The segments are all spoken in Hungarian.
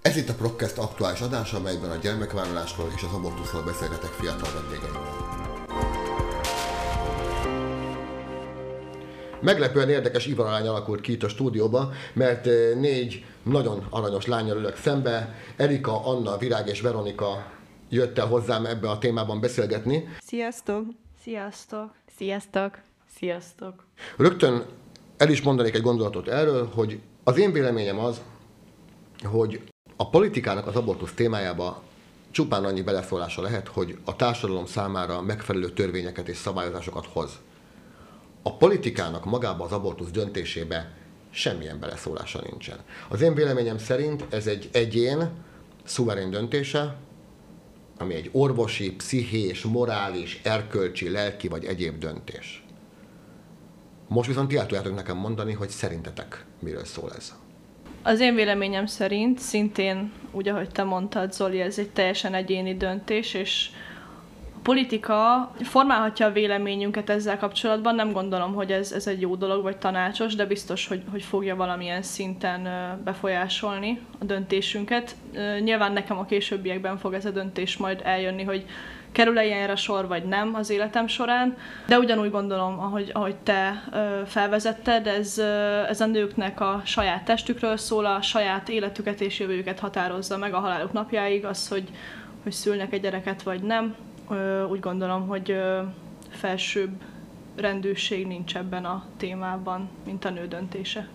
Ez itt a Prokcast aktuális adása, amelyben a gyermekvállalásról és az abortuszról beszélgetek fiatal vendégeimmel. Meglepően érdekes ivaralány alakult ki itt a stúdióba, mert 4 nagyon aranyos lánnyal ülök szembe. Erika, Anna, Virág és Veronika jött el hozzám ebbe a témában beszélgetni. Sziasztok! Sziasztok! Sziasztok! Sziasztok! Rögtön el is mondanék egy gondolatot erről, hogy az én véleményem az, hogy a politikának az abortusz témájába csupán annyi beleszólása lehet, hogy a társadalom számára megfelelő törvényeket és szabályozásokat hoz. A politikának magába az abortusz döntésébe semmilyen beleszólása nincsen. Az én véleményem szerint ez egy egyén szuverén döntése, ami egy orvosi, pszichés, morális, erkölcsi, lelki vagy egyéb döntés. Most viszont ti el tudjátok nekem mondani, hogy szerintetek miről szól ez. Az én véleményem szerint szintén, úgy ahogy te mondtad, Zoli, ez egy teljesen egyéni döntés, és a politika formálhatja a véleményünket ezzel kapcsolatban. Nem gondolom, hogy ez egy jó dolog, vagy tanácsos, de biztos, hogy fogja valamilyen szinten befolyásolni a döntésünket. Nyilván nekem a későbbiekben fog ez a döntés majd eljönni, hogy kerül-e ilyenre sor, vagy nem az életem során. De ugyanúgy gondolom, ahogy te felvezetted, ez a nőknek a saját testükről szól, a saját életüket és jövőjüket határozza meg a haláluk napjáig, az, hogy szülnek egy gyereket, vagy nem. Úgy gondolom, hogy felsőbb rendőrség nincs ebben a témában, mint a nő döntése.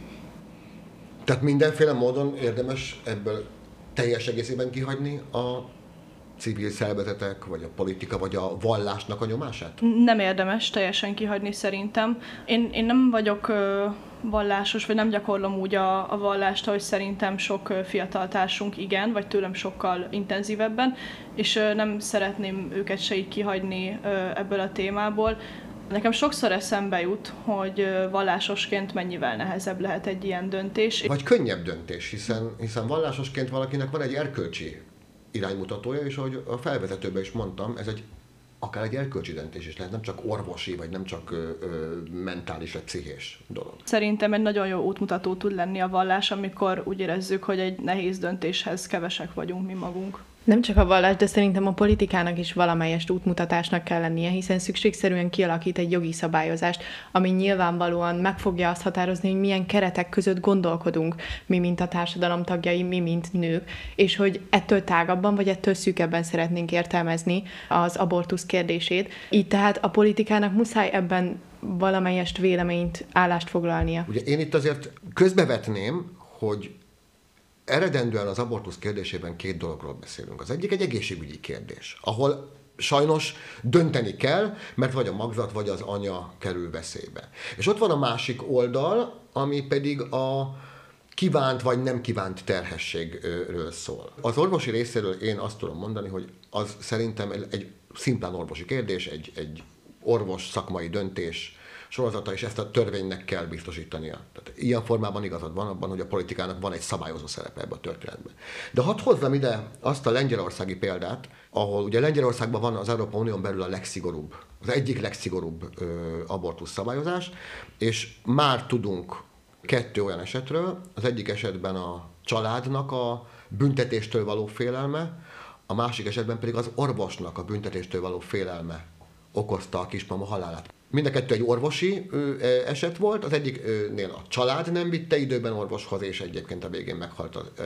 Tehát mindenféle módon érdemes ebből teljes egészében kihagyni a civil szervezetek, vagy a politika, vagy a vallásnak a nyomását? Nem érdemes teljesen kihagyni szerintem. Én nem vagyok vallásos, vagy nem gyakorlom úgy a vallást, ahogy szerintem sok fiatal társunk igen, vagy tőlem sokkal intenzívebben, és nem szeretném őket se így kihagyni ebből a témából. Nekem sokszor eszembe jut, hogy vallásosként mennyivel nehezebb lehet egy ilyen döntés. Vagy könnyebb döntés, hiszen vallásosként valakinek van egy erkölcsi iránymutatója, és ahogy a felvezetőben is mondtam, ez akár egy erkölcsi döntés is lehet, nem csak orvosi, vagy nem csak mentális, vagy pszichés dolog. Szerintem egy nagyon jó útmutató tud lenni a vallás, amikor úgy érezzük, hogy egy nehéz döntéshez kevesek vagyunk mi magunk. Nem csak a vallás, de szerintem a politikának is valamelyest útmutatásnak kell lennie, hiszen szükségszerűen kialakít egy jogi szabályozást, ami nyilvánvalóan meg fogja azt határozni, hogy milyen keretek között gondolkodunk mi, mint a társadalom tagjai, mi, mint nők, és hogy ettől tágabban, vagy ettől szűkebben szeretnénk értelmezni az abortusz kérdését. Így tehát a politikának muszáj ebben valamelyest véleményt, állást foglalnia. Ugye én itt azért közbevetném, hogy eredendően az abortusz kérdésében 2 dologról beszélünk. Az egyik egy egészségügyi kérdés, ahol sajnos dönteni kell, mert vagy a magzat, vagy az anya kerül veszélybe. És ott van a másik oldal, ami pedig a kívánt vagy nem kívánt terhességről szól. Az orvosi részéről én azt tudom mondani, hogy az szerintem egy szimplán orvosi kérdés, egy orvos szakmai döntés sorozata, és ezt a törvénynek kell biztosítania. Tehát ilyen formában igazad van abban, hogy a politikának van egy szabályozó szerepe ebben a történetben. De hadd hozzam ide azt a lengyelországi példát, ahol ugye Lengyelországban van az Európai Unión belül a legszigorúbb, az egyik legszigorúbb abortusz szabályozás, és már tudunk 2 olyan esetről, az egyik esetben a családnak a büntetéstől való félelme, a másik esetben pedig az orvosnak a büntetéstől való félelme okozta a kismama halálát. Mind a 2 egy orvosi eset volt, az egyiknél a család nem vitte időben orvoshoz, és egyébként a végén meghalt az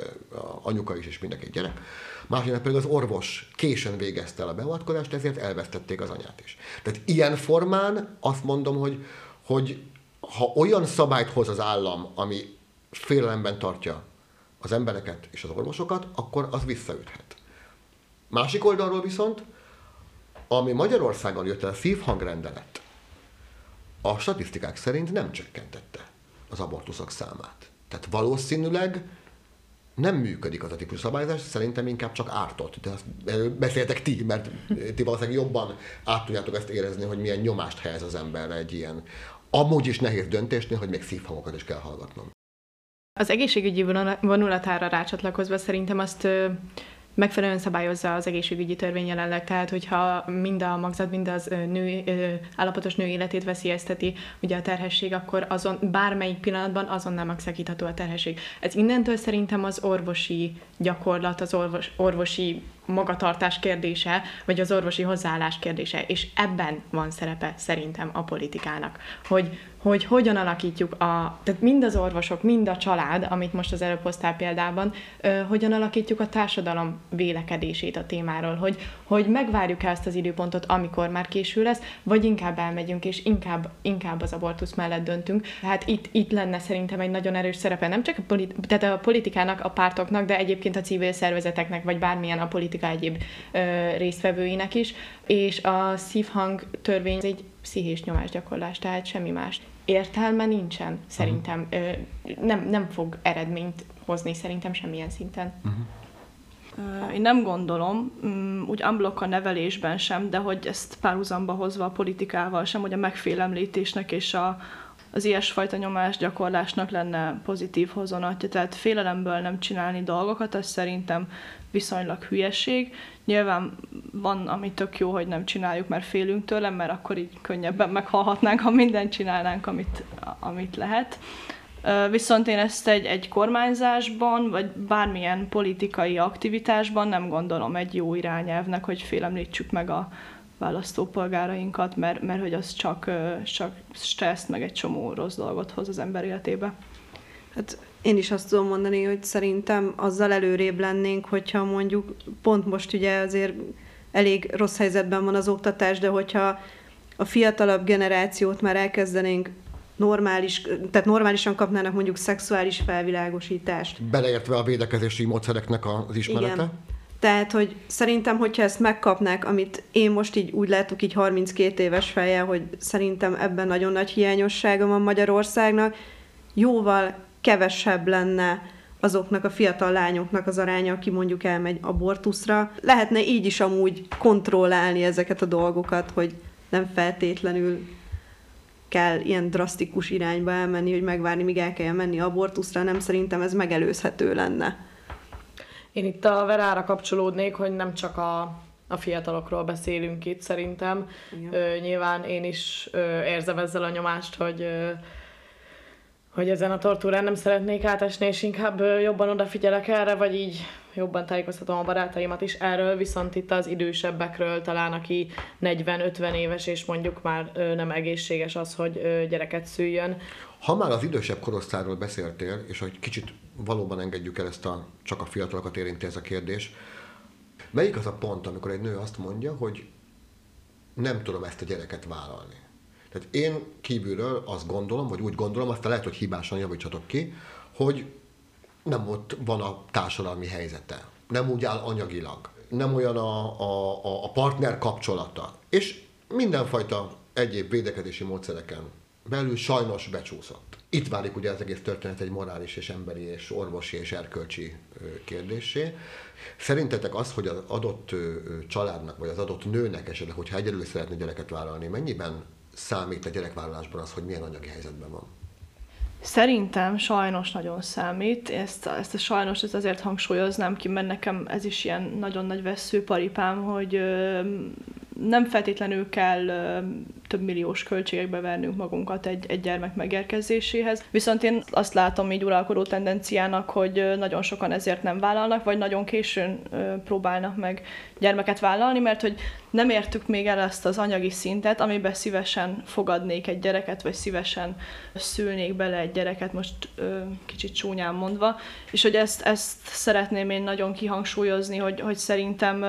anyuka is, és mind a 2 gyerek. Másiknak pedig az orvos későn végezte el a beavatkozást, ezért elvesztették az anyát is. Tehát ilyen formán azt mondom, hogy ha olyan szabályt hoz az állam, ami félelemben tartja az embereket és az orvosokat, akkor az visszaüthet. Másik oldalról viszont, ami Magyarországon jött el, a szívhangrendelet, a statisztikák szerint nem csökkentette az abortuszok számát. Tehát valószínűleg nem működik az a típusú szabályozás, szerintem inkább csak ártott. De azt beszéltek ti, mert ti valószínűleg jobban át tudjátok ezt érezni, hogy milyen nyomást helyez az emberre egy ilyen amúgy is nehéz döntésnél, hogy még szívhangokat is kell hallgatnom. Az egészségügyi vonulatára rácsatlakozva szerintem azt megfelelően szabályozza az egészségügyi törvény jelenleg, tehát hogyha mind a magzat, mind az állapotos nő életét veszélyezteti ugye a terhesség, akkor azon bármelyik pillanatban azonnal megszakítható a terhesség. Ez innentől szerintem az orvosi gyakorlat, az orvosi magatartás kérdése, vagy az orvosi hozzáállás kérdése, és ebben van szerepe szerintem a politikának, hogy hogyan alakítjuk tehát mind az orvosok, mind a család, amit most az előbb hoztál példában, hogyan alakítjuk a társadalom vélekedését a témáról, hogy megvárjuk-e azt az időpontot, amikor már késő lesz, vagy inkább elmegyünk, és inkább az abortusz mellett döntünk. Hát itt lenne szerintem egy nagyon erős szerepe, nem csak tehát a politikának, a pártoknak, de egyébként a civil szervezeteknek, vagy bármilyen a politika egyéb résztvevőinek is, és a szívhang törvény egy pszichés nyomásgyakorlás, tehát semmi más. Értelme nincsen, szerintem. Nem fog eredményt hozni szerintem semmilyen szinten. Én nem gondolom, úgy unblock a nevelésben sem, de hogy ezt párhuzamba hozva a politikával sem, hogy a megfélemlítésnek és az ilyesfajta nyomásgyakorlásnak lenne pozitív hozonatja. Tehát félelemből nem csinálni dolgokat, ez szerintem viszonylag hülyeség. Nyilván van, ami tök jó, hogy nem csináljuk, mert félünk tőle, mert akkor így könnyebben meghalhatnánk, ha mindent csinálnánk, amit lehet. Viszont én ezt egy kormányzásban, vagy bármilyen politikai aktivitásban nem gondolom egy jó irányelvnek, hogy félemlítsük meg a választópolgárainkat, mert hogy az csak stresszt, meg egy csomó rossz dolgot hoz az ember életébe. Hát én is azt tudom mondani, hogy szerintem azzal előrébb lennénk, hogyha mondjuk pont most ugye azért elég rossz helyzetben van az oktatás, de hogyha a fiatalabb generációt már elkezdenénk tehát normálisan kapnának mondjuk szexuális felvilágosítást. Beleértve a védekezési módszereknek az ismerete? Igen. Tehát, hogy szerintem, hogyha ezt megkapnák, amit én most így úgy látok, így 32 éves fejjel, hogy szerintem ebben nagyon nagy hiányossága van Magyarországnak, jóval kevesebb lenne azoknak a fiatal lányoknak az aránya, aki mondjuk elmegy abortuszra. Lehetne így is amúgy kontrollálni ezeket a dolgokat, hogy nem feltétlenül kell ilyen drasztikus irányba elmenni, hogy megvárni, míg el kell menni abortuszra, nem, szerintem ez megelőzhető lenne. Én itt a Verára kapcsolódnék, hogy nem csak a fiatalokról beszélünk itt szerintem. Nyilván én is érzem ezzel a nyomást, hogy ezen a tortúrán nem szeretnék átesni, és inkább jobban odafigyelek erre, vagy így jobban tájékoztatom a barátaimat is erről, viszont itt az idősebbekről, talán aki 40-50 éves, és mondjuk már nem egészséges az, hogy gyereket szüljön. Ha már az idősebb korosztályról beszéltél, és hogy kicsit valóban engedjük el ezt csak a fiatalokat érinti ez a kérdés, melyik az a pont, amikor egy nő azt mondja, hogy nem tudom ezt a gyereket vállalni? Tehát én kívülről azt gondolom, vagy úgy gondolom, aztán lehet, hogy hibásan javítsatok ki, hogy nem ott van a társadalmi helyzete, nem úgy áll anyagilag, nem olyan a partner kapcsolata, és mindenfajta egyéb védekezési módszereken belül sajnos becsúszott. Itt válik ugye az egész történet egy morális és emberi és orvosi és erkölcsi kérdéssé. Szerintetek az, hogy az adott családnak, vagy az adott nőnek esetleg, hogyha egyedül szeretne gyereket vállalni, mennyiben számít a gyerekvállalásban az, hogy milyen anyagi helyzetben van? Szerintem sajnos nagyon számít. Ezt a sajnos azért hangsúlyoznám ki, mert nekem ez is ilyen nagyon nagy vesszőparipám, hogy nem feltétlenül kell több milliós költségekbe vernünk magunkat egy gyermek megérkezéséhez. Viszont én azt látom így uralkodó tendenciának, hogy nagyon sokan ezért nem vállalnak, vagy nagyon későn próbálnak meg gyermeket vállalni, mert hogy nem értük még el ezt az anyagi szintet, amiben szívesen fogadnék egy gyereket, vagy szívesen szülnék bele egy gyereket, most kicsit csúnyán mondva, és hogy ezt szeretném én nagyon kihangsúlyozni, hogy szerintem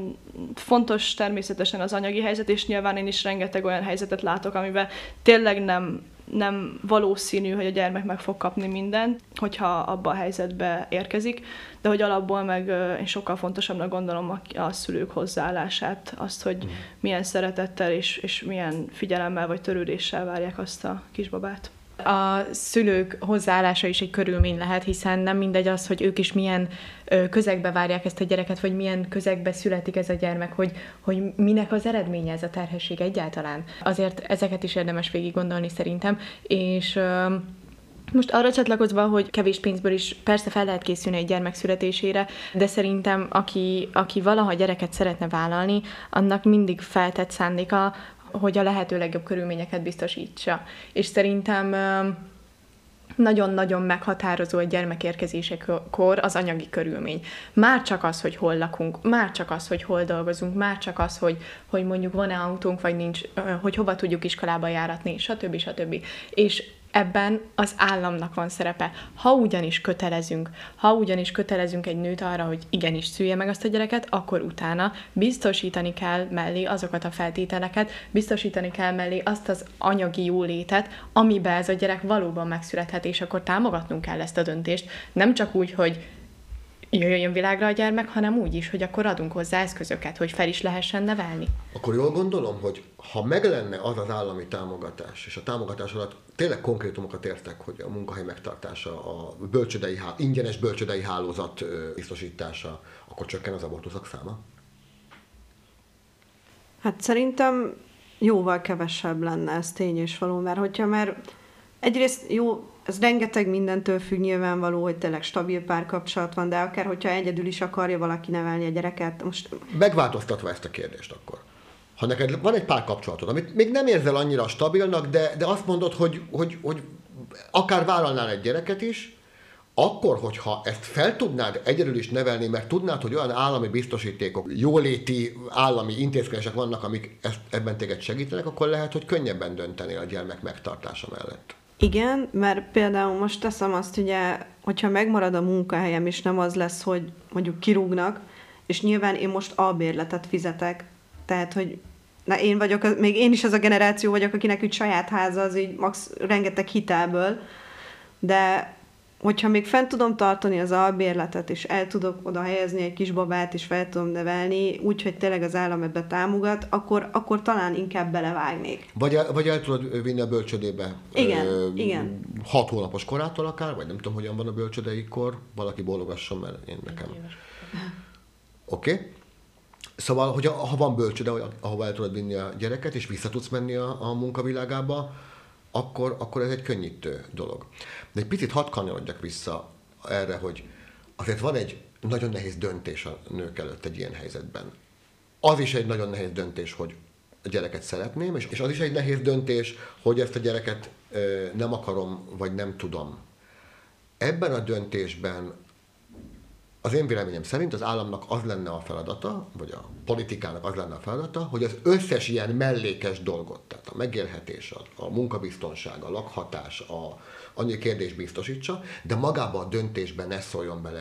fontos természetesen az anyagi helyzet, és nyilván én is rengeteg olyan helyzetet látok, amiben tényleg nem valószínű, hogy a gyermek meg fog kapni mindent, hogyha abba a helyzetbe érkezik, de hogy alapból meg én sokkal fontosabbnak gondolom a szülők hozzáállását, azt, hogy milyen szeretettel és milyen figyelemmel vagy törődéssel várják azt a kisbabát. A szülők hozzáállása is egy körülmény lehet, hiszen nem mindegy az, hogy ők is milyen közegbe várják ezt a gyereket, vagy milyen közegbe születik ez a gyermek, hogy minek az eredménye ez a terhesség egyáltalán. Azért ezeket is érdemes végig gondolni szerintem, és Most arra csatlakozva, hogy kevés pénzből is persze fel lehet készülni egy gyermek születésére, de szerintem aki valaha gyereket szeretne vállalni, annak mindig feltett szándéka, hogy a lehető legjobb körülményeket biztosítsa. És szerintem nagyon-nagyon meghatározó egy gyermekérkezésekor az anyagi körülmény. Már csak az, hogy hol lakunk, már csak az, hogy hol dolgozunk, már csak az, hogy mondjuk van-e autónk, vagy nincs, hogy hova tudjuk iskolába járatni, stb. És ebben az államnak van szerepe. Ha ugyanis kötelezünk egy nőt arra, hogy igenis szülje meg azt a gyereket, akkor utána biztosítani kell mellé azokat a feltételeket, biztosítani kell mellé azt az anyagi jólétet, amiben ez a gyerek valóban megszülethet, és akkor támogatnunk kell ezt a döntést. Nem csak úgy, hogy jöjjön világra a gyermek, hanem úgy is, hogy akkor adunk hozzá eszközöket, hogy fel is lehessen nevelni. Akkor jól gondolom, hogy ha meg lenne az az állami támogatás, és a támogatás alatt tényleg konkrétumokat értek, hogy a munkahely megtartása, a ingyenes bölcsődei hálózat biztosítása, akkor csökken az abortuszok száma? Hát szerintem jóval kevesebb lenne, ez tény és való, mert hogyha már egyrészt jó, ez rengeteg mindentől függ nyilvánvaló, hogy tényleg stabil párkapcsolat van, de akár hogyha egyedül is akarja valaki nevelni a gyereket, most... Megváltoztatva ezt a kérdést akkor. Ha neked van egy párkapcsolatod, amit még nem érzel annyira stabilnak, de azt mondod, hogy akár vállalnál egy gyereket is, akkor, hogyha ezt fel tudnád egyedül is nevelni, mert tudnád, hogy olyan állami biztosítékok, jóléti állami intézkedések vannak, amik ebben téged segítenek, akkor lehet, hogy könnyebben döntenél a gyermek megtartása mellett. Igen, mert például most teszem azt, ugye, hogyha megmarad a munkahelyem, és nem az lesz, hogy mondjuk kirúgnak, és nyilván én most albérletet fizetek, tehát, hogy még én is az a generáció vagyok, akinek úgy saját háza, az így max rengeteg hitelből, de hogyha még fent tudom tartani az albérletet, és el tudok oda helyezni egy kisbabát, és fel tudom nevelni, úgyhogy tényleg az állam ebbe támogat, akkor talán inkább belevágnék. Vagy el tudod vinni a bölcsödébe. Igen. 6 hónapos korától akár, vagy nem tudom, hogyan van a bölcsödei kor. Valaki bólogasson, mert én nekem. Oké. Szóval, hogy ha van bölcsöde, ahova el tudod vinni a gyereket, és vissza tudsz menni a munkavilágába, akkor ez egy könnyítő dolog. De egy picit hadd kanyarodjak vissza erre, hogy azért van egy nagyon nehéz döntés a nők előtt egy ilyen helyzetben. Az is egy nagyon nehéz döntés, hogy a gyereket szeretném, és az is egy nehéz döntés, hogy ezt a gyereket nem akarom, vagy nem tudom. Ebben a döntésben az én véleményem szerint az államnak az lenne a feladata, vagy a politikának az lenne a feladata, hogy az összes ilyen mellékes dolgot, tehát a megélhetés, a munkabiztonság, a lakhatás, annyi kérdés biztosítsa, de magában a döntésben ne szóljon bele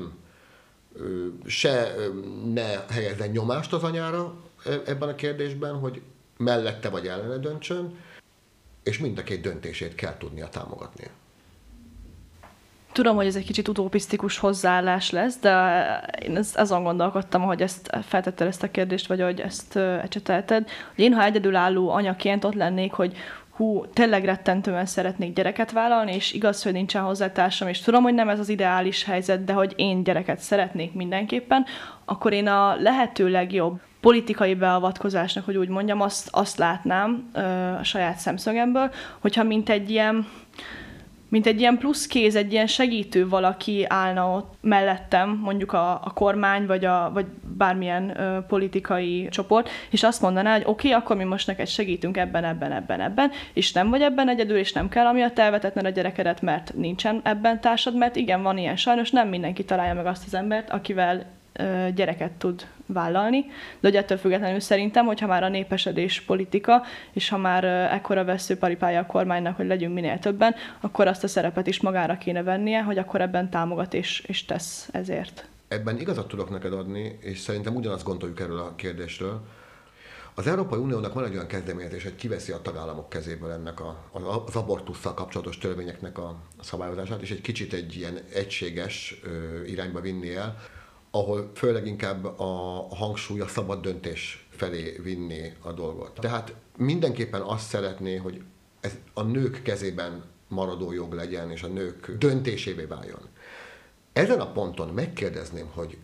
ne helyezzen nyomást az anyára ebben a kérdésben, hogy mellette vagy ellene döntsön, és mind a két döntését kell tudnia támogatnia. Tudom, hogy ez egy kicsit utopisztikus hozzáállás lesz, de én azon gondolkodtam, hogy feltetted ezt a kérdést, vagy hogy ezt ecsetelted, hogy én, ha egyedülálló anyaként ott lennék, hogy tényleg rettentően szeretnék gyereket vállalni, és igaz, hogy nincsen hozzátársam, és tudom, hogy nem ez az ideális helyzet, de hogy én gyereket szeretnék mindenképpen, akkor én a lehető legjobb politikai beavatkozásnak, hogy úgy mondjam, azt látnám a saját szemszögemből, hogyha mint egy ilyen plusz kéz, egy ilyen segítő valaki állna ott mellettem, mondjuk a kormány, vagy bármilyen politikai csoport, és azt mondaná, hogy oké, akkor mi most neked segítünk ebben, és nem vagy ebben egyedül, és nem kell amiatt elvetetned a gyerekedet, mert nincsen ebben társad, mert igen, van ilyen, sajnos nem mindenki találja meg azt az embert, akivel gyereket tud vállalni, de hogy ettől függetlenül szerintem, hogyha már a népesedés politika, és ha már ekkora veszőparipája a kormánynak, hogy legyünk minél többen, akkor azt a szerepet is magára kéne vennie, hogy akkor ebben támogat és tesz ezért. Ebben igazat tudok neked adni, és szerintem ugyanazt gondoljuk erről a kérdésről. Az Európai Uniónak van egy olyan kezdeményezés, hogy kiveszi a tagállamok kezéből ennek az abortusszal kapcsolatos törvényeknek a szabályozását, és egy kicsit egy ilyen egységes irányba vinni el, ahol főleg inkább a hangsúly a szabad döntés felé vinni a dolgot. Tehát mindenképpen azt szeretné, hogy ez a nők kezében maradó jog legyen, és a nők döntésévé váljon. Ezen a ponton megkérdezném, hogy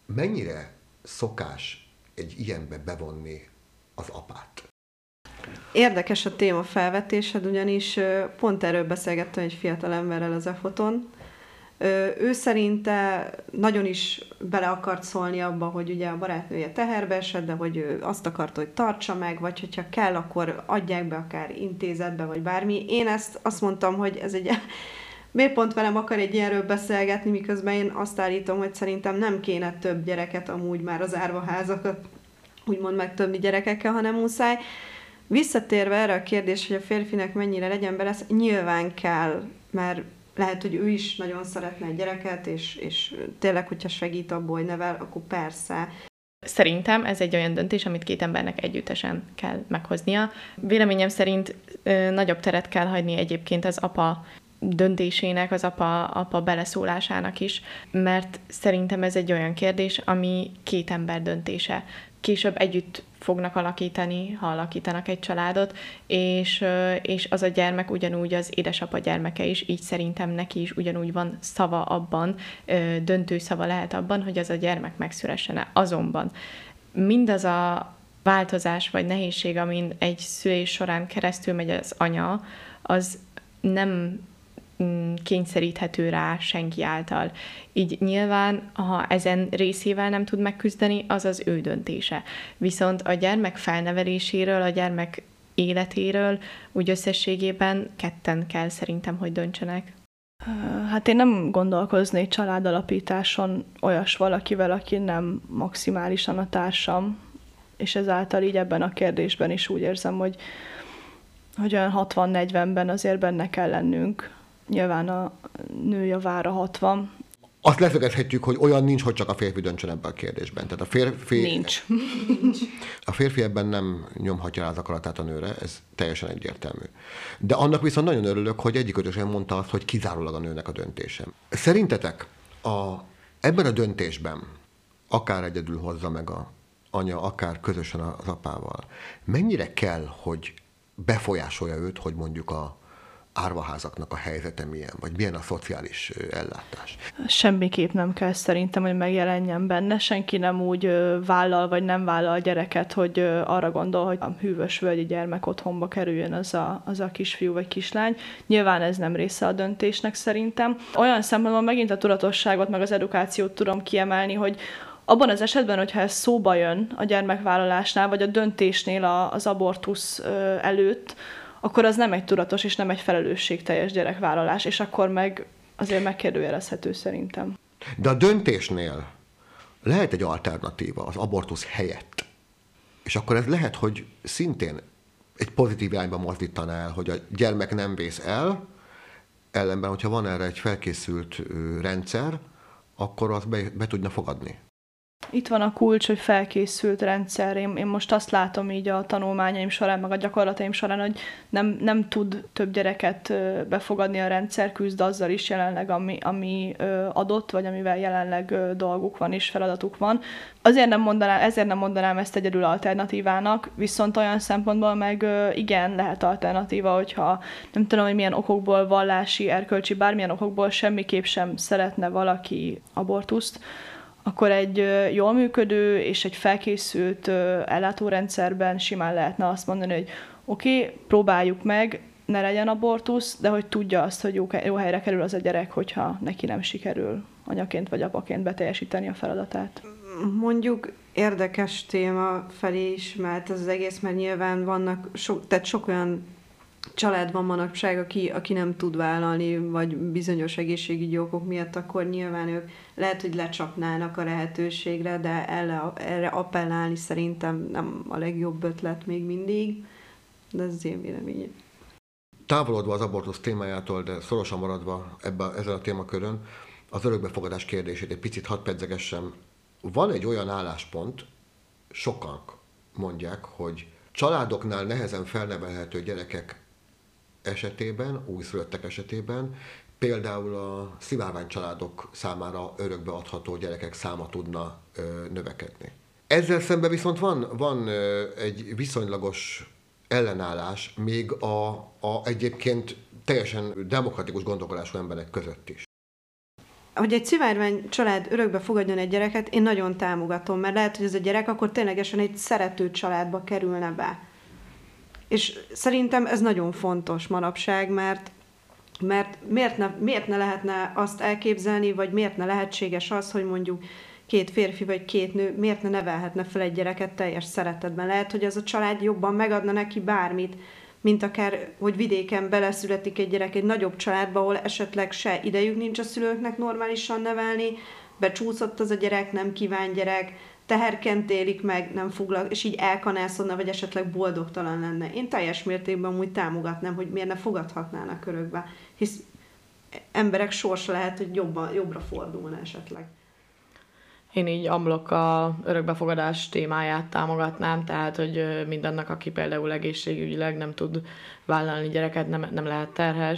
mennyire szokás egy ilyenbe bevonni az apát? Érdekes a téma felvetésed, ugyanis pont erről beszélgettem egy fiatal emberrel az EFOT-on. Ő szerinte nagyon is bele akart szólni abba, hogy ugye a barátnője teherbe esett, de hogy ő azt akart, hogy tartsa meg, vagy hogyha kell, akkor adják be akár intézetbe, vagy bármi. Én azt mondtam, hogy ez egy... Miért pont velem akar egy ilyenről beszélgetni, miközben én azt állítom, hogy szerintem nem kéne több gyereket, amúgy már az árvaházakat úgymond megtöbbi gyerekekkel, hanem muszáj. Visszatérve erre a kérdés, hogy a férfinek mennyire legyen bele, nyilván kell, mert lehet, hogy ő is nagyon szeretne egy gyereket, és tényleg, hogyha segít abból, hogy nevel, akkor persze. Szerintem ez egy olyan döntés, amit két embernek együttesen kell meghoznia. Véleményem szerint nagyobb teret kell hagyni egyébként az apa döntésének, az apa beleszólásának is, mert szerintem ez egy olyan kérdés, ami két ember döntése. Később együtt fognak alakítani, ha alakítanak egy családot, és az a gyermek ugyanúgy az édesapa gyermeke is, így szerintem neki is ugyanúgy van szava abban, döntő szava lehet abban, hogy az a gyermek megszülessene. Azonban mindaz a változás vagy nehézség, amin egy szülés során keresztül megy az anya, az nem kényszeríthető rá senki által. Így nyilván, ha ezen részével nem tud megküzdeni, az az ő döntése. Viszont a gyermek felneveléséről, a gyermek életéről úgy összességében ketten kell szerintem, hogy döntsenek. Hát én nem gondolkoznék családalapításon olyas valakivel, aki nem maximálisan a társam, és ezáltal így ebben a kérdésben is úgy érzem, hogy olyan 60-40-ben azért benne kell lennünk. Nyilván a nő javára 60. Azt leszögezhetjük, hogy olyan nincs, hogy csak a férfi döntsön ebben a kérdésben. Tehát a férfi... Nincs. A férfi ebben nem nyomhatja rá az akaratát a nőre, ez teljesen egyértelmű. De annak viszont nagyon örülök, hogy egyikőtösen mondta azt, hogy kizárólag a nőnek a döntése. Szerintetek ebben a döntésben, akár egyedül hozza meg a anya, akár közösen az apával, mennyire kell, hogy befolyásolja őt, hogy mondjuk a árvaházaknak a helyzete milyen, vagy milyen a szociális ellátás? Semmiképp nem kell szerintem, hogy megjelenjen benne. Senki nem úgy vállal, vagy nem vállal gyereket, hogy arra gondol, hogy a hűvös völgyi gyermek otthonba kerüljön az a kisfiú vagy kislány. Nyilván ez nem része a döntésnek szerintem. Olyan szempontból megint a tudatosságot, meg az edukációt tudom kiemelni, hogy abban az esetben, hogyha ez szóba jön a gyermekvállalásnál, vagy a döntésnél az abortusz előtt, akkor az nem egy tudatos és nem egy felelősségteljes gyerekvállalás, és akkor meg azért megkérdőjelezhető szerintem. De a döntésnél lehet egy alternatíva az abortusz helyett. És akkor ez lehet, hogy szintén egy pozitív irányba mozdítaná el, hogy a gyermek nem vész el, ellenben, hogyha van erre egy felkészült rendszer, akkor azt be tudna fogadni. Itt van a kulcs, hogy felkészült rendszer. Én most azt látom így a tanulmányaim során, meg a gyakorlataim során, hogy nem tud több gyereket befogadni a rendszer, küzd azzal is jelenleg, ami adott, vagy amivel jelenleg dolguk van és feladatuk van. Ezért nem mondanám ezt egyedül alternatívának, viszont olyan szempontból meg igen, lehet alternatíva, hogyha nem tudom, hogy milyen okokból, vallási, erkölcsi, bármilyen okokból semmiképp sem szeretne valaki abortuszt, akkor egy jól működő és egy felkészült ellátórendszerben simán lehetne azt mondani, hogy oké, próbáljuk meg, ne legyen abortusz, de hogy tudja azt, hogy jó helyre kerül az a gyerek, hogyha neki nem sikerül anyaként vagy apaként beteljesíteni a feladatát. Mondjuk érdekes téma felé is, mert ez az egész, mert nyilván vannak sok olyan család van manapság, aki nem tud vállalni, vagy bizonyos egészségügyi okok miatt, akkor nyilván ők lehet, hogy lecsapnának a lehetőségre, de erre appellálni szerintem nem a legjobb ötlet még mindig, de ez az én véleményem. Távolodva az abortusz témájától, de szorosan maradva ezen a témakörön, az örökbefogadás kérdését egy picit hadd pedzegessem. Van egy olyan álláspont, sokan mondják, hogy családoknál nehezen felnevelhető gyerekek esetében, újszülöttek esetében, például a szivárvány családok számára örökbeadható gyerekek száma tudna növekedni. Ezzel szemben viszont van egy viszonylagos ellenállás még a egyébként teljesen demokratikus gondolkodású emberek között is. Hogy egy szivárvány család örökbe fogadjon egy gyereket, én nagyon támogatom, mert lehet, hogy ez a gyerek akkor ténylegesen egy szerető családba kerülne be. És szerintem ez nagyon fontos manapság, mert miért ne lehetne azt elképzelni, vagy miért ne lehetséges az, hogy mondjuk 2 férfi vagy 2 nő miért ne nevelhetne fel egy gyereket teljes szeretetben. Lehet, hogy az a család jobban megadna neki bármit, mint akár, hogy vidéken beleszületik egy gyerek egy nagyobb családba, ahol esetleg se idejük nincs a szülőknek normálisan nevelni, becsúszott az a gyerek, nem kíván gyerek, teherként élik meg, nem foglalkozik, és így elkanászodna, vagy esetleg boldogtalan lenne. Én teljes mértékben úgy támogatnám, hogy miért ne fogadhatnának örökbe, hisz emberek sorsa lehet, hogy jobbra fordulna esetleg. Én így amblok a örökbefogadás témáját támogatnám, tehát, hogy mindannak, aki például egészségügyileg nem tud vállalni gyereket, nem lehet terhes,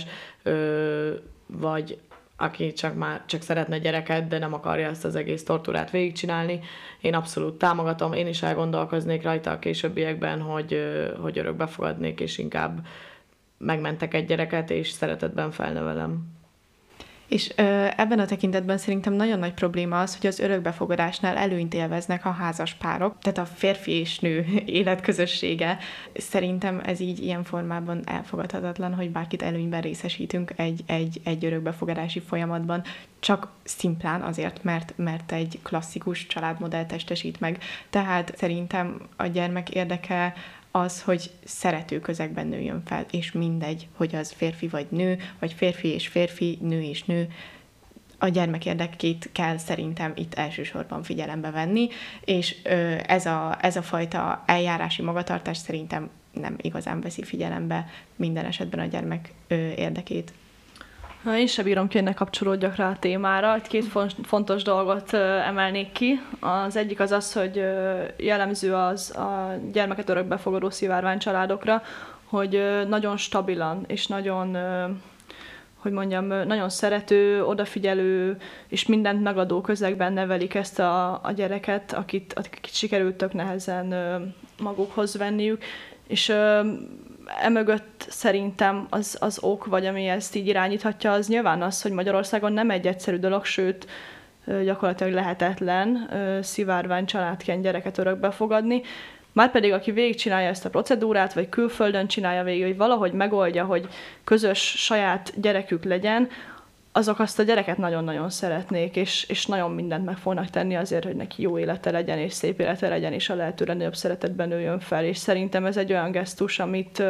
vagy aki csak szeretne gyereket, de nem akarja ezt az egész tortúrát végigcsinálni. Én abszolút támogatom, én is elgondolkoznék rajta a későbbiekben, hogy örökbe fogadnék, és inkább megmentek egy gyereket, és szeretetben felnevelem. És ebben a tekintetben szerintem nagyon nagy probléma az, hogy az örökbefogadásnál előnyt élveznek a házas párok, tehát a férfi és nő életközössége. Szerintem ez így ilyen formában elfogadhatatlan, hogy bárkit előnyben részesítünk egy örökbefogadási folyamatban, csak szimplán azért, mert egy klasszikus családmodell testesít meg. Tehát szerintem a gyermek érdeke az, hogy szerető közegben nőjön fel, és mindegy, hogy az férfi vagy nő, vagy férfi és férfi, nő és nő, a gyermek érdekét kell szerintem itt elsősorban figyelembe venni, és ez a fajta eljárási magatartás szerintem nem igazán veszi figyelembe minden esetben a gyermek érdekét. Én sem bírom ki, hogy ne kapcsolódjak rá a témára. Itt 2 fontos dolgot emelnék ki. Az egyik az, hogy jellemző az a gyermeket örökbefogadó szivárvány családokra, hogy nagyon stabilan és nagyon, nagyon szerető, odafigyelő és mindent megadó közegben nevelik ezt a gyereket, akit sikerült tök nehezen magukhoz venniük. És emögött szerintem az ok, vagy ami ezt így irányíthatja, az nyilván az, hogy Magyarországon nem egy egyszerű dolog, sőt, gyakorlatilag lehetetlen szivárvány családként gyereket örökbe fogadni. Márpedig aki végigcsinálja ezt a procedúrát, vagy külföldön csinálja végig, hogy valahogy megoldja, hogy közös saját gyerekük legyen, azok azt a gyereket nagyon-nagyon szeretnék, és nagyon mindent meg fognak tenni azért, hogy neki jó élete legyen, és szép élete legyen, és a lehető legnagyobb szeretetben nőjön fel. És szerintem ez egy olyan gesztus,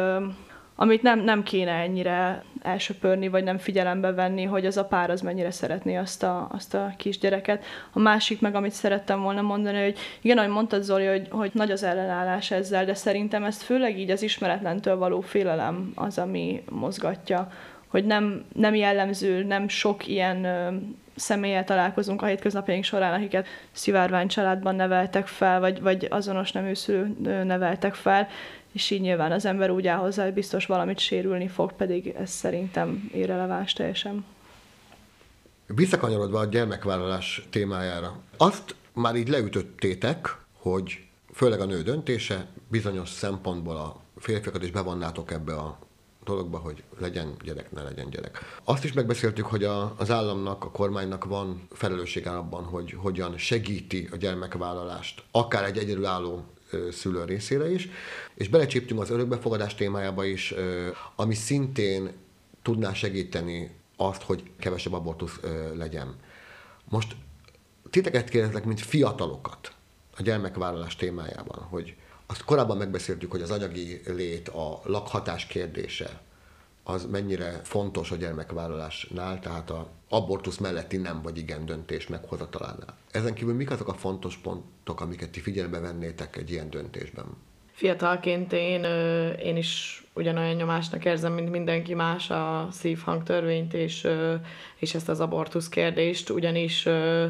amit nem kéne ennyire elsöpörni, vagy nem figyelembe venni, hogy az a pár az mennyire szeretné azt a kisgyereket. A másik meg, amit szerettem volna mondani, hogy igen, ahogy mondtad, Zoli, hogy nagy az ellenállás ezzel, de szerintem ezt főleg így az ismeretlentől való félelem az, ami mozgatja, hogy nem jellemző, nem sok ilyen személlyel találkozunk a hétköznapjaink során, akiket szivárvány családban neveltek fel, vagy azonos nemű szülő neveltek fel, és így nyilván az ember úgy áll hozzá, hogy biztos valamit sérülni fog, pedig ez szerintem irreleváns teljesen. Visszakanyarodva a gyermekvállalás témájára. Azt már így leütöttétek, hogy főleg a nő döntése, bizonyos szempontból a férfiakat is bevonnátok ebbe a dologba, hogy legyen gyerek, ne legyen gyerek. Azt is megbeszéltük, hogy az államnak, a kormánynak van felelőssége abban, hogy hogyan segíti a gyermekvállalást, akár egy egyedülálló szülő részére is, és belecsíptünk az örökbefogadás témájába is, ami szintén tudná segíteni azt, hogy kevesebb abortusz legyen. Most titeket kérdezlek, mint fiatalokat a gyermekvállalás témájában, hogy azt korábban megbeszéltük, hogy az anyagi lét, a lakhatás kérdése, az mennyire fontos a gyermekvállalásnál, tehát az abortusz melletti nem vagy igen döntés meghozatalánál. Ezen kívül mik azok a fontos pontok, amiket ti figyelembe vennétek egy ilyen döntésben? Fiatalként én is ugyanolyan nyomásnak érzem, mint mindenki más a szívhangtörvényt és ezt az abortusz kérdést, ugyanis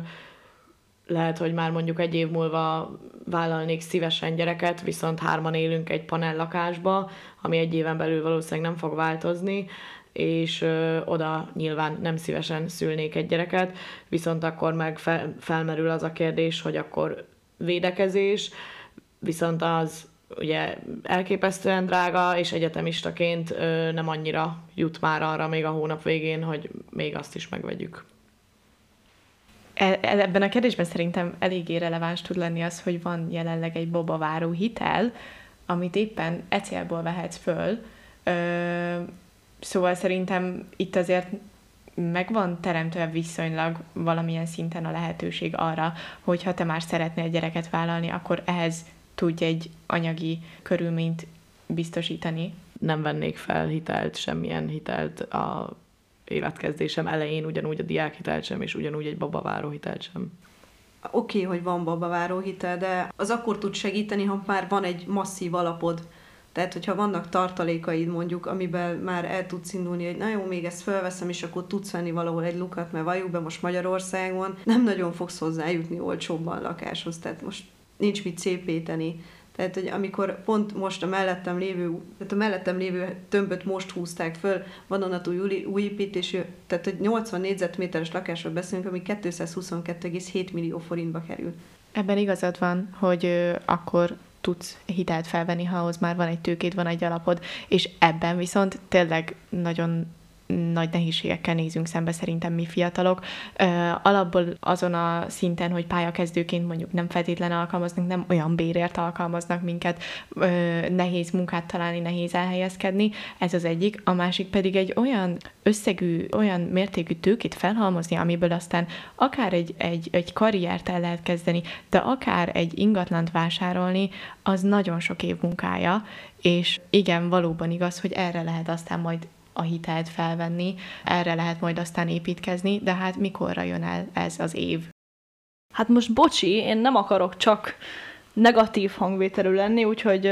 lehet, hogy már mondjuk 1 év múlva vállalnék szívesen gyereket, viszont 3-an élünk egy panellakásba, ami 1 éven belül valószínűleg nem fog változni, és oda nyilván nem szívesen szülnék egy gyereket, viszont akkor meg felmerül az a kérdés, hogy akkor védekezés, viszont az ugye elképesztően drága, és egyetemistaként nem annyira jut már arra még a hónap végén, hogy még azt is megvegyük. Ebben a kérdésben szerintem eléggé releváns tud lenni az, hogy van jelenleg egy babaváró hitel, amit éppen e célból vehetsz föl. Szóval szerintem itt azért meg van teremtve viszonylag valamilyen szinten a lehetőség arra, hogy ha te már szeretnél gyereket vállalni, akkor ehhez tudj egy anyagi körülményt biztosítani. Nem vennék fel hitelt, semmilyen hitelt a életkezdésem elején, ugyanúgy a diákhitelt sem, és ugyanúgy egy babaváró hitelt sem. Oké, hogy van babaváró hitel, de az akkor tud segíteni, ha már van egy masszív alapod. Tehát, hogyha vannak tartalékaid mondjuk, amiben már el tudsz indulni, hogy na jó, még ezt felveszem, és akkor tudsz venni valahol egy lukat, mert valljuk be, most Magyarországon nem nagyon fogsz hozzájutni olcsóbban lakáshoz, tehát most nincs mit szépíteni. Tehát, hogy amikor pont most a mellettem lévő tömböt most húzták föl, vadonatúj új építésű, tehát hogy 80 négyzetméteres lakásról beszélünk, ami 222,7 millió forintba kerül. Ebben igazad van, hogy akkor tudsz hitelt felvenni, ha ahhoz már van egy tőkéd, van egy alapod, és ebben viszont tényleg nagyon nagy nehézségekkel nézünk szembe szerintem mi fiatalok. Alapból azon a szinten, hogy pályakezdőként mondjuk nem feltétlenül alkalmaznak, nem olyan bérért alkalmaznak minket, nehéz munkát találni, nehéz elhelyezkedni, ez az egyik. A másik pedig egy olyan összegű, olyan mértékű tőkét felhalmozni, amiből aztán akár egy karriert el lehet kezdeni, de akár egy ingatlant vásárolni, az nagyon sok év munkája, és igen, valóban igaz, hogy erre lehet aztán majd a hitelt felvenni, erre lehet majd aztán építkezni, de hát mikorra jön el ez az év? Hát most bocsi, én nem akarok csak negatív hangvételű lenni, úgyhogy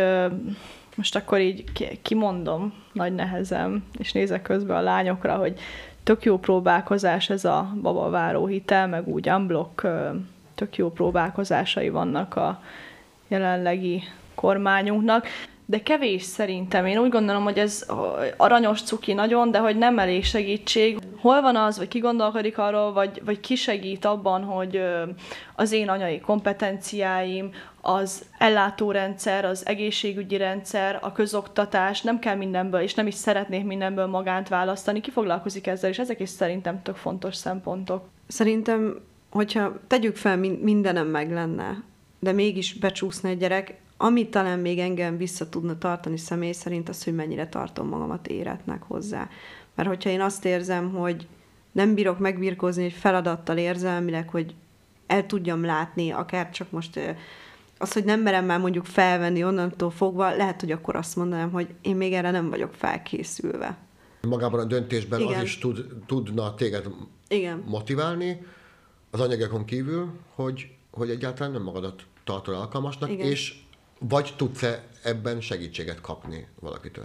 most akkor így kimondom nagy nehezem, és nézek közben a lányokra, hogy tök jó próbálkozás ez a babaváró hitel, meg úgy unblock tök jó próbálkozásai vannak a jelenlegi kormányunknak, de kevés szerintem. Én úgy gondolom, hogy ez aranyos cuki nagyon, de hogy nem elég segítség. Hol van az, vagy ki gondolkodik arról, vagy ki segít abban, hogy az én anyai kompetenciáim, az ellátórendszer, az egészségügyi rendszer, a közoktatás, nem kell mindenből, és nem is szeretnék mindenből magánt választani. Ki foglalkozik ezzel, és ezek is szerintem tök fontos szempontok. Szerintem, hogyha tegyük fel, mindenem meg lenne, de mégis becsúszna egy gyerek, amit talán még engem vissza tudna tartani személy szerint, az, hogy mennyire tartom magamat éretnek hozzá. Mert hogyha én azt érzem, hogy nem bírok megbirkózni egy feladattal érzelmileg, hogy el tudjam látni, akár csak most az, hogy nem merem már mondjuk felvenni onnantól fogva, lehet, hogy akkor azt mondanám, hogy én még erre nem vagyok felkészülve. Magában a döntésben Igen. az is tudna téged Igen. motiválni, az anyagokon kívül, hogy egyáltalán nem magadat tartod alkalmasnak, Igen. és vagy tudsz-e ebben segítséget kapni valakitől?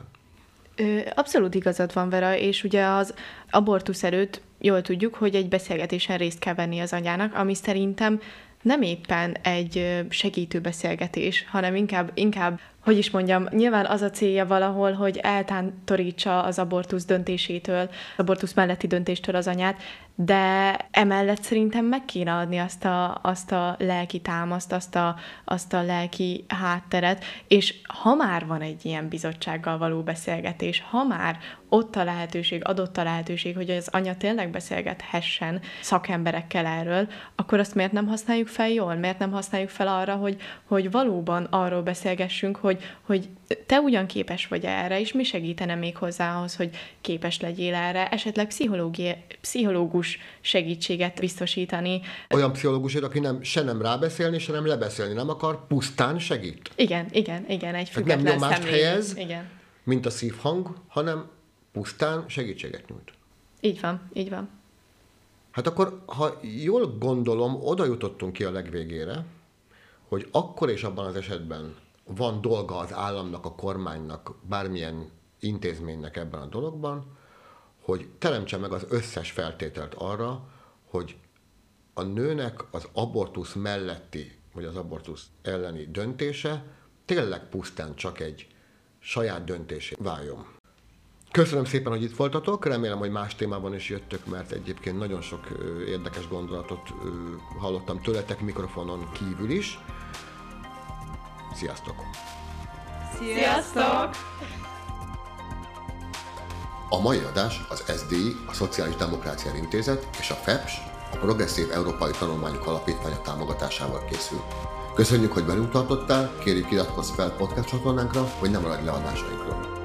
Abszolút igazad van, Vera, és ugye az abortusz előtt jól tudjuk, hogy egy beszélgetésen részt kell venni az anyának, ami szerintem nem éppen egy segítő beszélgetés, hanem inkább, hogy is mondjam, nyilván az a célja valahol, hogy eltántorítsa az abortusz döntésétől, az abortusz melletti döntéstől az anyát, de emellett szerintem meg kéne adni azt a lelki támaszt, azt a lelki hátteret, és ha már van egy ilyen bizottsággal való beszélgetés, ha már ott a lehetőség, adott a lehetőség, hogy az anya tényleg beszélgethessen szakemberekkel erről, akkor azt miért nem használjuk fel jól? Miért nem használjuk fel arra, hogy valóban arról beszélgessünk, hogy te ugyan képes vagy erre, és mi segítene még hozzá ahhoz, hogy képes legyél erre, esetleg pszichológus segítséget biztosítani. Olyan pszichológusért, aki se nem rábeszélni, se nem lebeszélni nem akar, pusztán segít. Igen, egy független nem nyomást személy. helyez, Igen. mint a szívhang, hanem pusztán segítséget nyújt. Így van. Hát akkor, ha jól gondolom, oda jutottunk ki a legvégére, hogy akkor és abban az esetben van dolga az államnak, a kormánynak, bármilyen intézménynek ebben a dologban, hogy teremtse meg az összes feltételt arra, hogy a nőnek az abortusz melletti, vagy az abortusz elleni döntése tényleg pusztán csak egy saját döntésé váljon. Köszönöm szépen, hogy itt voltatok, remélem, hogy más témában is jöttök, mert egyébként nagyon sok érdekes gondolatot hallottam tőletek mikrofonon kívül is. Sziasztok! Sziasztok! A mai adás az SDI, a Szociális Demokrácia Intézet és a FEPS, a Progresszív Európai Tanulmányok Alapítványa támogatásával készül. Köszönjük, hogy velünk tartottál, kérjük iratkozz fel podcast csatornánkra, hogy ne maradj le adásainkról.